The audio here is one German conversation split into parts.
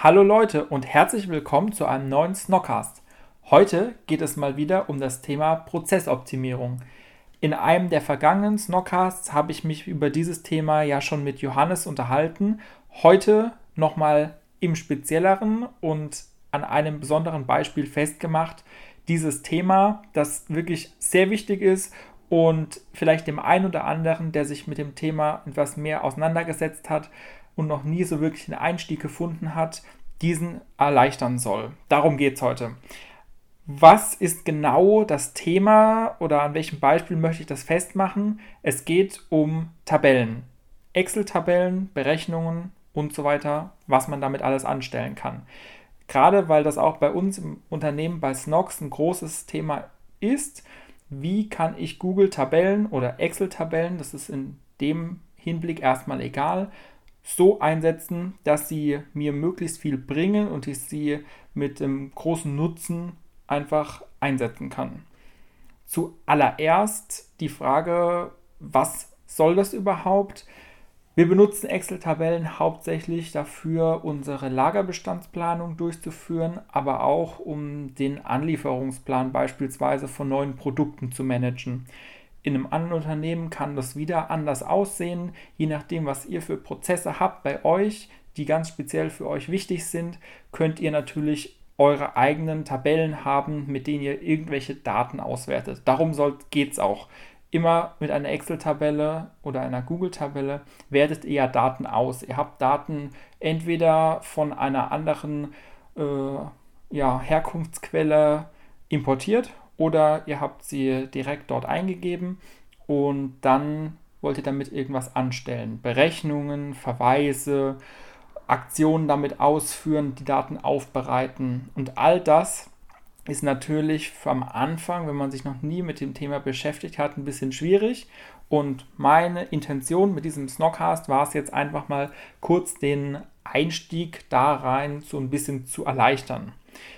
Hallo Leute und herzlich willkommen zu einem neuen Snockcast. Heute geht es mal wieder um das Thema Prozessoptimierung. In einem der vergangenen Snockcasts habe ich mich über dieses Thema ja schon mit Johannes unterhalten. Heute nochmal im Spezielleren und an einem besonderen Beispiel festgemacht, dieses Thema, das wirklich sehr wichtig ist und vielleicht dem einen oder anderen, der sich mit dem Thema etwas mehr auseinandergesetzt hat und noch nie so wirklich einen Einstieg gefunden hat, diesen erleichtern soll. Darum geht es heute. Was ist genau das Thema oder an welchem Beispiel möchte ich das festmachen? Es geht um Tabellen. Excel-Tabellen, Berechnungen und so weiter, was man damit alles anstellen kann. Gerade weil das auch bei uns im Unternehmen bei Snox ein großes Thema ist, wie kann ich Google-Tabellen oder Excel-Tabellen, das ist in dem Hinblick erstmal egal, so einsetzen, dass sie mir möglichst viel bringen und ich sie mit dem großen Nutzen einfach einsetzen kann. Zuallererst die Frage, was soll das überhaupt? Wir benutzen Excel-Tabellen hauptsächlich dafür, unsere Lagerbestandsplanung durchzuführen, aber auch um den Anlieferungsplan beispielsweise von neuen Produkten zu managen. In einem anderen Unternehmen kann das wieder anders aussehen, je nachdem, was ihr für Prozesse habt bei euch, die ganz speziell für euch wichtig sind, könnt ihr natürlich eure eigenen Tabellen haben, mit denen ihr irgendwelche Daten auswertet. Darum geht es auch. Immer mit einer Excel-Tabelle oder einer Google-Tabelle wertet ihr Daten aus. Ihr habt Daten entweder von einer anderen Herkunftsquelle importiert oder ihr habt sie direkt dort eingegeben und dann wollt ihr damit irgendwas anstellen. Berechnungen, Verweise, Aktionen damit ausführen, die Daten aufbereiten und all das ist natürlich am Anfang, wenn man sich noch nie mit dem Thema beschäftigt hat, ein bisschen schwierig. Und meine Intention mit diesem Snockcast war es jetzt einfach mal kurz den Einstieg da rein so ein bisschen zu erleichtern.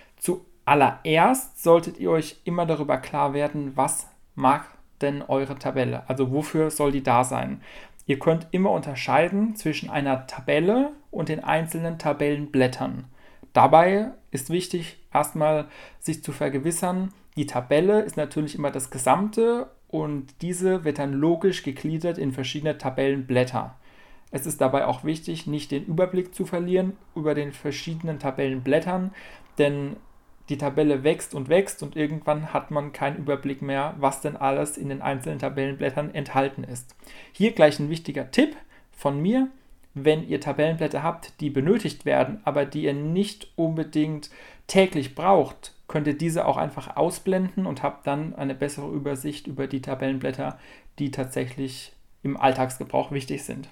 Zuallererst solltet ihr euch immer darüber klar werden, was mag denn eure Tabelle? Also wofür soll die da sein? Ihr könnt immer unterscheiden zwischen einer Tabelle und den einzelnen Tabellenblättern. Dabei ist wichtig, erstmal sich zu vergewissern, die Tabelle ist natürlich immer das Gesamte und diese wird dann logisch gegliedert in verschiedene Tabellenblätter. Es ist dabei auch wichtig, nicht den Überblick zu verlieren über den verschiedenen Tabellenblättern, denn die Tabelle wächst und irgendwann hat man keinen Überblick mehr, was denn alles in den einzelnen Tabellenblättern enthalten ist. Hier gleich ein wichtiger Tipp von mir. Wenn ihr Tabellenblätter habt, die benötigt werden, aber die ihr nicht unbedingt täglich braucht, könnt ihr diese auch einfach ausblenden und habt dann eine bessere Übersicht über die Tabellenblätter, die tatsächlich im Alltagsgebrauch wichtig sind.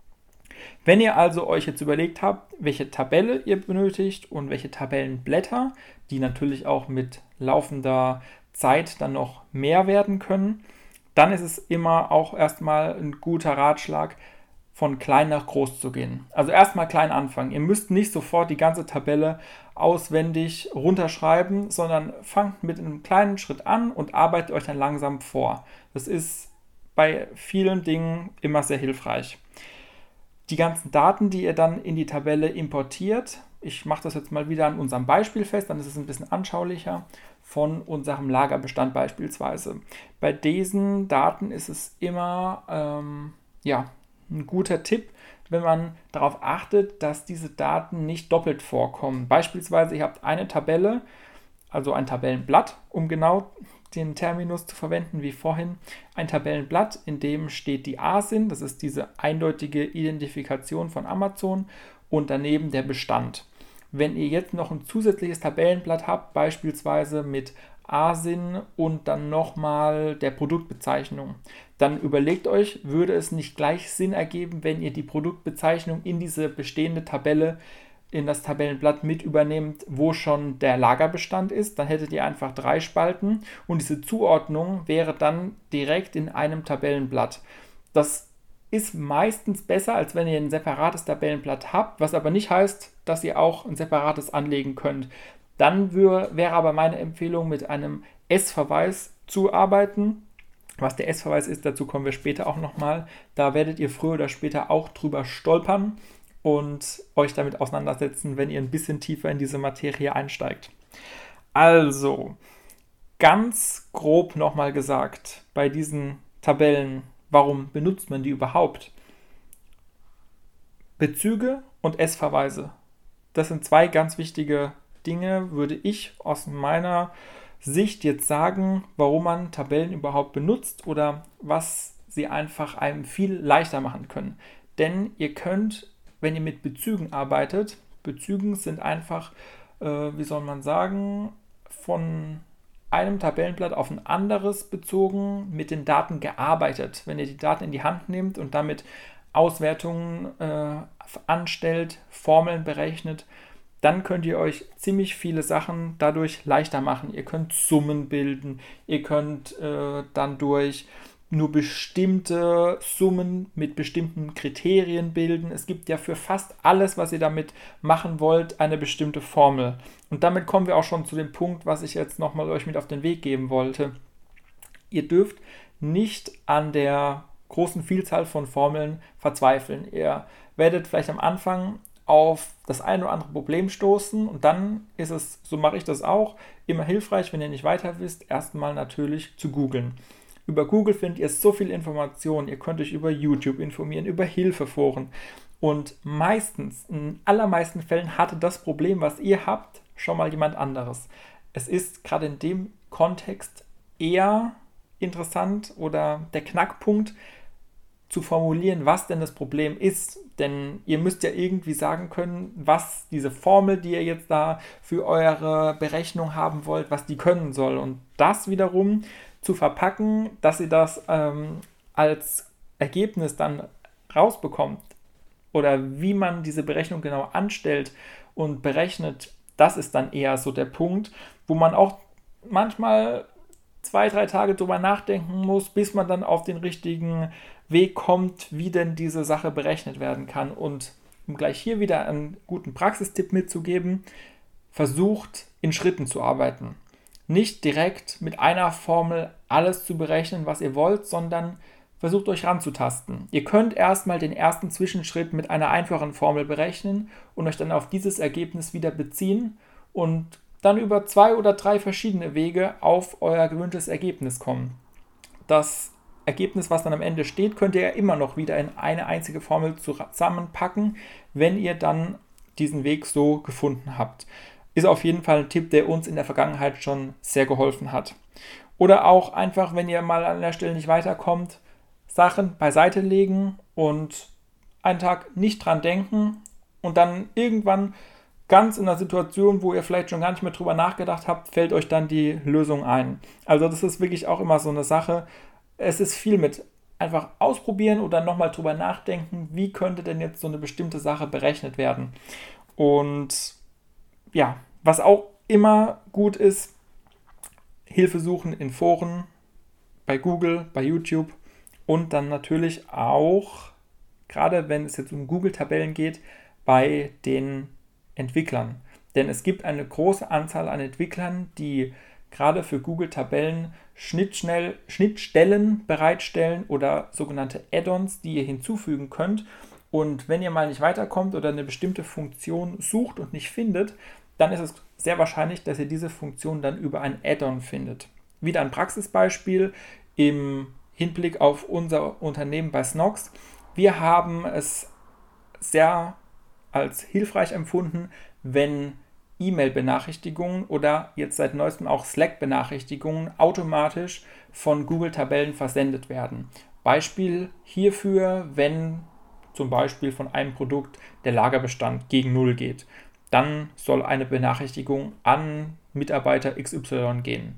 Wenn ihr also euch jetzt überlegt habt, welche Tabelle ihr benötigt und welche Tabellenblätter, die natürlich auch mit laufender Zeit dann noch mehr werden können, dann ist es immer auch erstmal ein guter Ratschlag, von klein nach groß zu gehen. Also erstmal klein anfangen. Ihr müsst nicht sofort die ganze Tabelle auswendig runterschreiben, sondern fangt mit einem kleinen Schritt an und arbeitet euch dann langsam vor. Das ist bei vielen Dingen immer sehr hilfreich. Die ganzen Daten, die ihr dann in die Tabelle importiert, ich mache das jetzt mal wieder an unserem Beispiel fest, dann ist es ein bisschen anschaulicher, von unserem Lagerbestand beispielsweise. Bei diesen Daten ist es immer ein guter Tipp, wenn man darauf achtet, dass diese Daten nicht doppelt vorkommen. Beispielsweise, ihr habt eine Tabelle, also ein Tabellenblatt, um genau den Terminus zu verwenden wie vorhin, ein Tabellenblatt, in dem steht die ASIN, das ist diese eindeutige Identifikation von Amazon und daneben der Bestand. Wenn ihr jetzt noch ein zusätzliches Tabellenblatt habt, beispielsweise mit ASIN und dann nochmal der Produktbezeichnung, dann überlegt euch, würde es nicht gleich Sinn ergeben, wenn ihr die Produktbezeichnung in diese bestehende Tabelle, in das Tabellenblatt mit übernehmt, wo schon der Lagerbestand ist, dann hättet ihr einfach 3 Spalten und diese Zuordnung wäre dann direkt in einem Tabellenblatt. Das ist meistens besser, als wenn ihr ein separates Tabellenblatt habt, was aber nicht heißt, dass ihr auch ein separates anlegen könnt. Dann wäre aber meine Empfehlung, mit einem S-Verweis zu arbeiten. Was der S-Verweis ist, dazu kommen wir später auch nochmal. Da werdet ihr früher oder später auch drüber stolpern. und euch damit auseinandersetzen, wenn ihr ein bisschen tiefer in diese Materie einsteigt. Also, ganz grob nochmal gesagt, bei diesen Tabellen, warum benutzt man die überhaupt? Bezüge und S-Verweise. Das sind zwei ganz wichtige Dinge, würde ich aus meiner Sicht jetzt sagen, warum man Tabellen überhaupt benutzt oder was sie einfach einem viel leichter machen können. Denn ihr könnt, wenn ihr mit Bezügen arbeitet, Bezügen sind einfach, wie soll man sagen, von einem Tabellenblatt auf ein anderes bezogen, mit den Daten gearbeitet. Wenn ihr die Daten in die Hand nehmt und damit Auswertungen anstellt, Formeln berechnet, dann könnt ihr euch ziemlich viele Sachen dadurch leichter machen. Ihr könnt Summen bilden, ihr könnt dann durch nur bestimmte Summen mit bestimmten Kriterien bilden. Es gibt ja für fast alles, was ihr damit machen wollt, eine bestimmte Formel. Und damit kommen wir auch schon zu dem Punkt, was ich jetzt nochmal euch mit auf den Weg geben wollte. Ihr dürft nicht an der großen Vielzahl von Formeln verzweifeln. Ihr werdet vielleicht am Anfang auf das eine oder andere Problem stoßen und dann ist es, so mache ich das auch, immer hilfreich, wenn ihr nicht weiter wisst, erstmal natürlich zu googeln. Über Google findet ihr so viel Informationen, ihr könnt euch über YouTube informieren, über Hilfeforen und meistens, in allermeisten Fällen hatte das Problem, was ihr habt, schon mal jemand anderes. Es ist gerade in dem Kontext eher interessant oder der Knackpunkt zu formulieren, was denn das Problem ist. Denn ihr müsst ja irgendwie sagen können, was diese Formel, die ihr jetzt da für eure Berechnung haben wollt, was die können soll. Und das wiederum zu verpacken, dass ihr das als Ergebnis dann rausbekommt oder wie man diese Berechnung genau anstellt und berechnet, das ist dann eher so der Punkt, wo man auch manchmal 2-3 Tage drüber nachdenken muss, bis man dann auf den richtigen Weg kommt, wie denn diese Sache berechnet werden kann. Und um gleich hier wieder einen guten Praxistipp mitzugeben, versucht in Schritten zu arbeiten. Nicht direkt mit einer Formel alles zu berechnen, was ihr wollt, sondern versucht euch ranzutasten. Ihr könnt erstmal den ersten Zwischenschritt mit einer einfachen Formel berechnen und euch dann auf dieses Ergebnis wieder beziehen und dann über 2 oder 3 verschiedene Wege auf euer gewünschtes Ergebnis kommen. Das Ergebnis, was dann am Ende steht, könnt ihr ja immer noch wieder in eine einzige Formel zusammenpacken, wenn ihr dann diesen Weg so gefunden habt. Ist auf jeden Fall ein Tipp, der uns in der Vergangenheit schon sehr geholfen hat. Oder auch einfach, wenn ihr mal an der Stelle nicht weiterkommt, Sachen beiseite legen und einen Tag nicht dran denken und dann irgendwann ganz in einer Situation, wo ihr vielleicht schon gar nicht mehr drüber nachgedacht habt, fällt euch dann die Lösung ein. Also das ist wirklich auch immer so eine Sache. Es ist viel mit einfach ausprobieren oder nochmal drüber nachdenken, wie könnte denn jetzt so eine bestimmte Sache berechnet werden. Und ja, was auch immer gut ist, Hilfe suchen in Foren, bei Google, bei YouTube und dann natürlich auch, gerade wenn es jetzt um Google-Tabellen geht, bei den Entwicklern. Denn es gibt eine große Anzahl an Entwicklern, die gerade für Google-Tabellen Schnittstellen bereitstellen oder sogenannte Add-ons, die ihr hinzufügen könnt. Und wenn ihr mal nicht weiterkommt oder eine bestimmte Funktion sucht und nicht findet, dann ist es sehr wahrscheinlich, dass ihr diese Funktion dann über ein Add-on findet. Wieder ein Praxisbeispiel im Hinblick auf unser Unternehmen bei Snox. Wir haben es sehr als hilfreich empfunden, wenn E-Mail-Benachrichtigungen oder jetzt seit neuestem auch Slack-Benachrichtigungen automatisch von Google-Tabellen versendet werden. Beispiel hierfür, wenn zum Beispiel von einem Produkt der Lagerbestand gegen 0 geht, dann soll eine Benachrichtigung an Mitarbeiter XY gehen.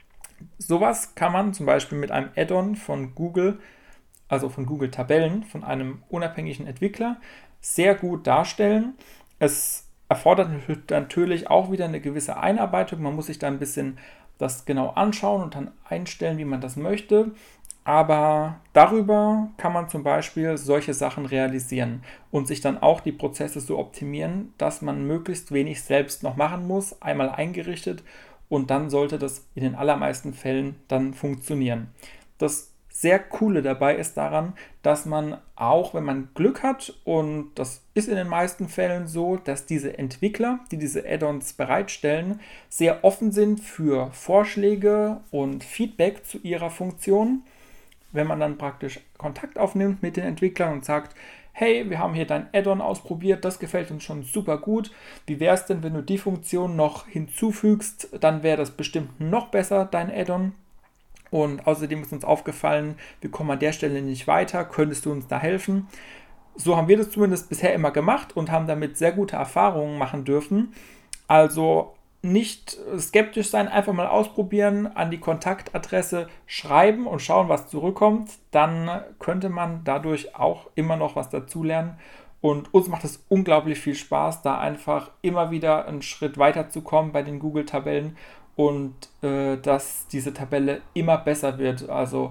Sowas kann man zum Beispiel mit einem Add-on von Google, also von Google Tabellen, von einem unabhängigen Entwickler, sehr gut darstellen. Es erfordert natürlich auch wieder eine gewisse Einarbeitung. Man muss sich da ein bisschen das genau anschauen und dann einstellen, wie man das möchte. Aber darüber kann man zum Beispiel solche Sachen realisieren und sich dann auch die Prozesse so optimieren, dass man möglichst wenig selbst noch machen muss, einmal eingerichtet und dann sollte das in den allermeisten Fällen dann funktionieren. Das sehr Coole dabei ist daran, dass man auch, wenn man Glück hat, und das ist in den meisten Fällen so, dass diese Entwickler, die diese Add-ons bereitstellen, sehr offen sind für Vorschläge und Feedback zu ihrer Funktion. Wenn man dann praktisch Kontakt aufnimmt mit den Entwicklern und sagt, hey, wir haben hier dein Add-on ausprobiert, das gefällt uns schon super gut. Wie wäre es denn, wenn du die Funktion noch hinzufügst? Dann wäre das bestimmt noch besser, dein Add-on. Und außerdem ist uns aufgefallen, wir kommen an der Stelle nicht weiter, könntest du uns da helfen? So haben wir das zumindest bisher immer gemacht und haben damit sehr gute Erfahrungen machen dürfen. Also nicht skeptisch sein, einfach mal ausprobieren, an die Kontaktadresse schreiben und schauen, was zurückkommt. Dann könnte man dadurch auch immer noch was dazulernen. Und uns macht es unglaublich viel Spaß, da einfach immer wieder einen Schritt weiterzukommen bei den Google-Tabellen und dass diese Tabelle immer besser wird. Also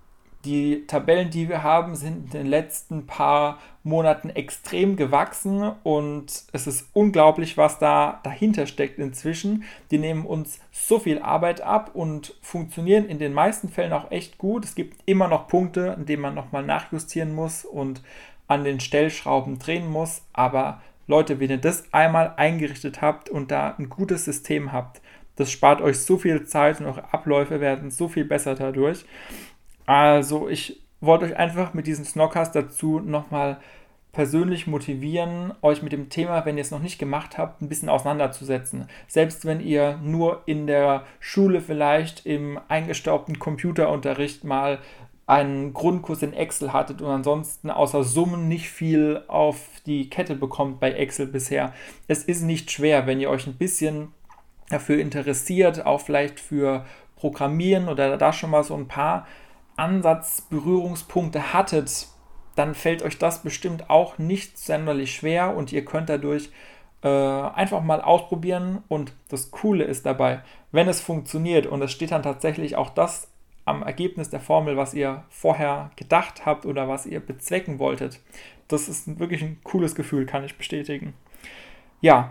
die Tabellen, die wir haben, sind in den letzten paar Monaten extrem gewachsen und es ist unglaublich, was da dahinter steckt inzwischen. Die nehmen uns so viel Arbeit ab und funktionieren in den meisten Fällen auch echt gut. Es gibt immer noch Punkte, an denen man nochmal nachjustieren muss und an den Stellschrauben drehen muss. Aber Leute, wenn ihr das einmal eingerichtet habt und da ein gutes System habt, das spart euch so viel Zeit und eure Abläufe werden so viel besser dadurch. Also ich wollte euch einfach mit diesem Snockcast dazu nochmal persönlich motivieren, euch mit dem Thema, wenn ihr es noch nicht gemacht habt, ein bisschen auseinanderzusetzen. Selbst wenn ihr nur in der Schule vielleicht im eingestaubten Computerunterricht mal einen Grundkurs in Excel hattet und ansonsten außer Summen nicht viel auf die Kette bekommt bei Excel bisher. Es ist nicht schwer, wenn ihr euch ein bisschen dafür interessiert, auch vielleicht für Programmieren oder da schon mal so ein paar Ansatzberührungspunkte hattet, dann fällt euch das bestimmt auch nicht sonderlich schwer und ihr könnt dadurch einfach mal ausprobieren. Und das Coole ist dabei, wenn es funktioniert und es steht dann tatsächlich auch das am Ergebnis der Formel, was ihr vorher gedacht habt oder was ihr bezwecken wolltet. Das ist wirklich ein cooles Gefühl, kann ich bestätigen. Ja,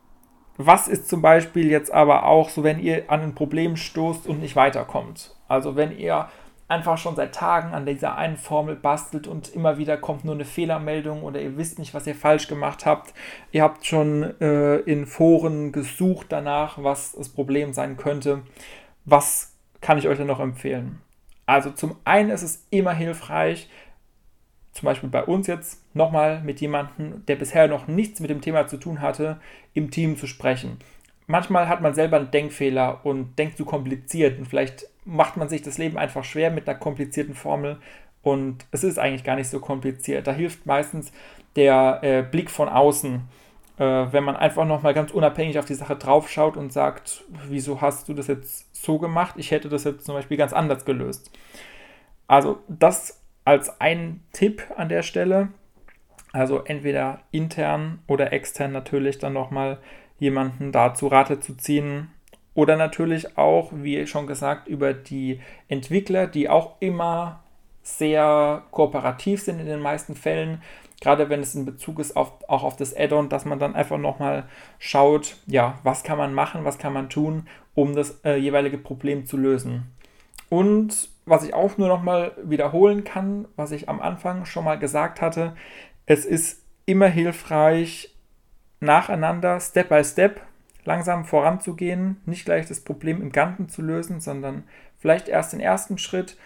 was ist zum Beispiel jetzt aber auch so, wenn ihr an ein Problem stoßt und nicht weiterkommt? Also wenn ihr einfach schon seit Tagen an dieser einen Formel bastelt und immer wieder kommt nur eine Fehlermeldung oder ihr wisst nicht, was ihr falsch gemacht habt. Ihr habt schon in Foren gesucht danach, was das Problem sein könnte. Was kann ich euch denn noch empfehlen? Also zum einen ist es immer hilfreich, zum Beispiel bei uns jetzt nochmal mit jemandem, der bisher noch nichts mit dem Thema zu tun hatte, im Team zu sprechen. Manchmal hat man selber einen Denkfehler und denkt zu kompliziert und vielleicht macht man sich das Leben einfach schwer mit einer komplizierten Formel und es ist eigentlich gar nicht so kompliziert. Da hilft meistens der Blick von außen, wenn man einfach nochmal ganz unabhängig auf die Sache draufschaut und sagt, wieso hast du das jetzt so gemacht? Ich hätte das jetzt zum Beispiel ganz anders gelöst. Also das als ein Tipp an der Stelle, also entweder intern oder extern natürlich dann nochmal jemanden da zu Rate zu ziehen oder natürlich auch, wie schon gesagt, über die Entwickler, die auch immer sehr kooperativ sind in den meisten Fällen, gerade wenn es in Bezug ist auch auf das Add-on, dass man dann einfach nochmal schaut, ja, was kann man machen, was kann man tun, um das jeweilige Problem zu lösen. Und was ich auch nur nochmal wiederholen kann, was ich am Anfang schon mal gesagt hatte, es ist immer hilfreich, nacheinander, Step by Step, langsam voranzugehen, nicht gleich das Problem im Ganzen zu lösen, sondern vielleicht erst den ersten Schritt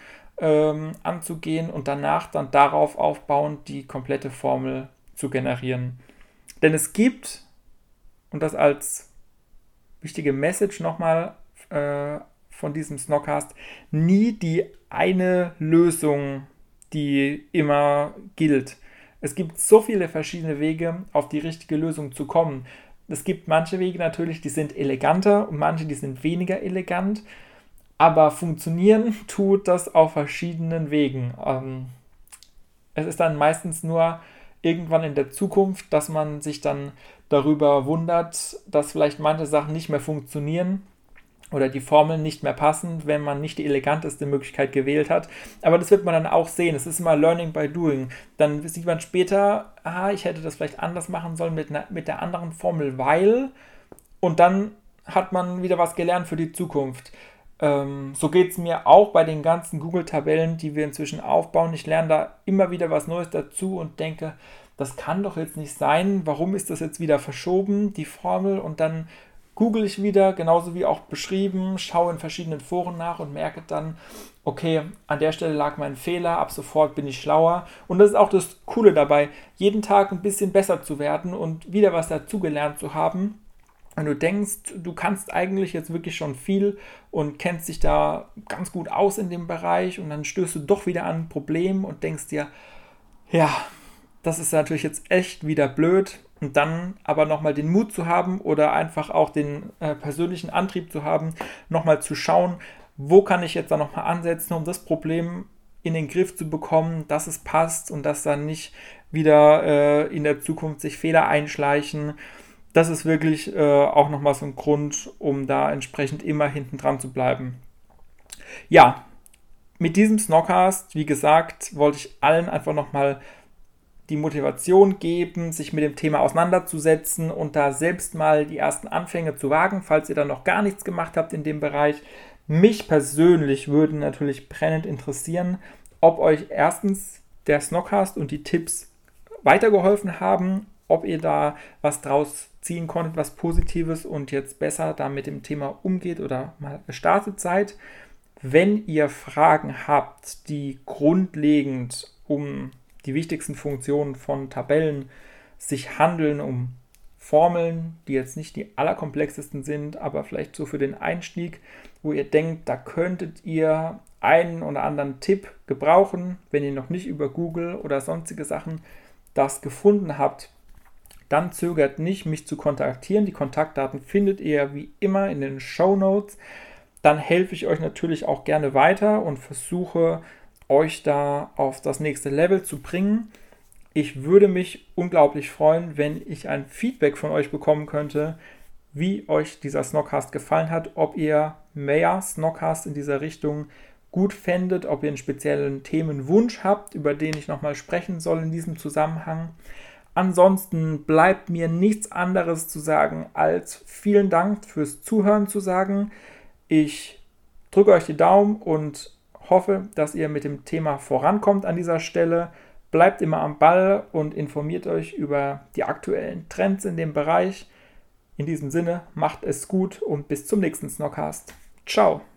anzugehen und danach dann darauf aufbauend die komplette Formel zu generieren. Denn es gibt, und das als wichtige Message nochmal von diesem Snockcast, nie die eine Lösung, die immer gilt. Es gibt so viele verschiedene Wege, auf die richtige Lösung zu kommen. Es gibt manche Wege natürlich, die sind eleganter und manche, die sind weniger elegant, aber funktionieren tut das auf verschiedenen Wegen. Es ist dann meistens nur irgendwann in der Zukunft, dass man sich dann darüber wundert, dass vielleicht manche Sachen nicht mehr funktionieren oder die Formeln nicht mehr passen, wenn man nicht die eleganteste Möglichkeit gewählt hat. Aber das wird man dann auch sehen. Es ist immer Learning by Doing. Dann sieht man später, ich hätte das vielleicht anders machen sollen mit der anderen Formel, weil... Und dann hat man wieder was gelernt für die Zukunft. So geht es mir auch bei den ganzen Google-Tabellen, die wir inzwischen aufbauen. Ich lerne da immer wieder was Neues dazu und denke, das kann doch jetzt nicht sein. Warum ist das jetzt wieder verschoben, die Formel? Und dann google ich wieder, genauso wie auch beschrieben, schaue in verschiedenen Foren nach und merke dann, okay, an der Stelle lag mein Fehler, ab sofort bin ich schlauer. Und das ist auch das Coole dabei, jeden Tag ein bisschen besser zu werden und wieder was dazugelernt zu haben. Und du denkst, du kannst eigentlich jetzt wirklich schon viel und kennst dich da ganz gut aus in dem Bereich und dann stößt du doch wieder an ein Problem und denkst dir, ja, das ist natürlich jetzt echt wieder blöd. Und dann aber nochmal den Mut zu haben oder einfach auch den persönlichen Antrieb zu haben, nochmal zu schauen, wo kann ich jetzt da nochmal ansetzen, um das Problem in den Griff zu bekommen, dass es passt und dass dann nicht wieder in der Zukunft sich Fehler einschleichen. Das ist wirklich auch nochmal so ein Grund, um da entsprechend immer hinten dran zu bleiben. Ja, mit diesem Snockcast, wie gesagt, wollte ich allen einfach nochmal die Motivation geben, sich mit dem Thema auseinanderzusetzen und da selbst mal die ersten Anfänge zu wagen, falls ihr da noch gar nichts gemacht habt in dem Bereich. Mich persönlich würde natürlich brennend interessieren, ob euch erstens der Snockcast und die Tipps weitergeholfen haben, ob ihr da was draus ziehen konntet, was Positives und jetzt besser da mit dem Thema umgeht oder mal gestartet seid. Wenn ihr Fragen habt, die grundlegend um die wichtigsten Funktionen von Tabellen sich handeln, um Formeln, die jetzt nicht die allerkomplexesten sind, aber vielleicht so für den Einstieg, wo ihr denkt, da könntet ihr einen oder anderen Tipp gebrauchen, wenn ihr noch nicht über Google oder sonstige Sachen das gefunden habt, dann zögert nicht, mich zu kontaktieren. Die Kontaktdaten findet ihr wie immer in den Shownotes. Dann helfe ich euch natürlich auch gerne weiter und versuche euch da auf das nächste Level zu bringen. Ich würde mich unglaublich freuen, wenn ich ein Feedback von euch bekommen könnte, wie euch dieser Snockcast gefallen hat, ob ihr mehr Snockcast in dieser Richtung gut fändet, ob ihr einen speziellen Themenwunsch habt, über den ich nochmal sprechen soll in diesem Zusammenhang. Ansonsten bleibt mir nichts anderes zu sagen, als vielen Dank fürs Zuhören zu sagen. Ich drücke euch die Daumen und hoffe, dass ihr mit dem Thema vorankommt an dieser Stelle. Bleibt immer am Ball und informiert euch über die aktuellen Trends in dem Bereich. In diesem Sinne, macht es gut und bis zum nächsten Snockcast. Ciao!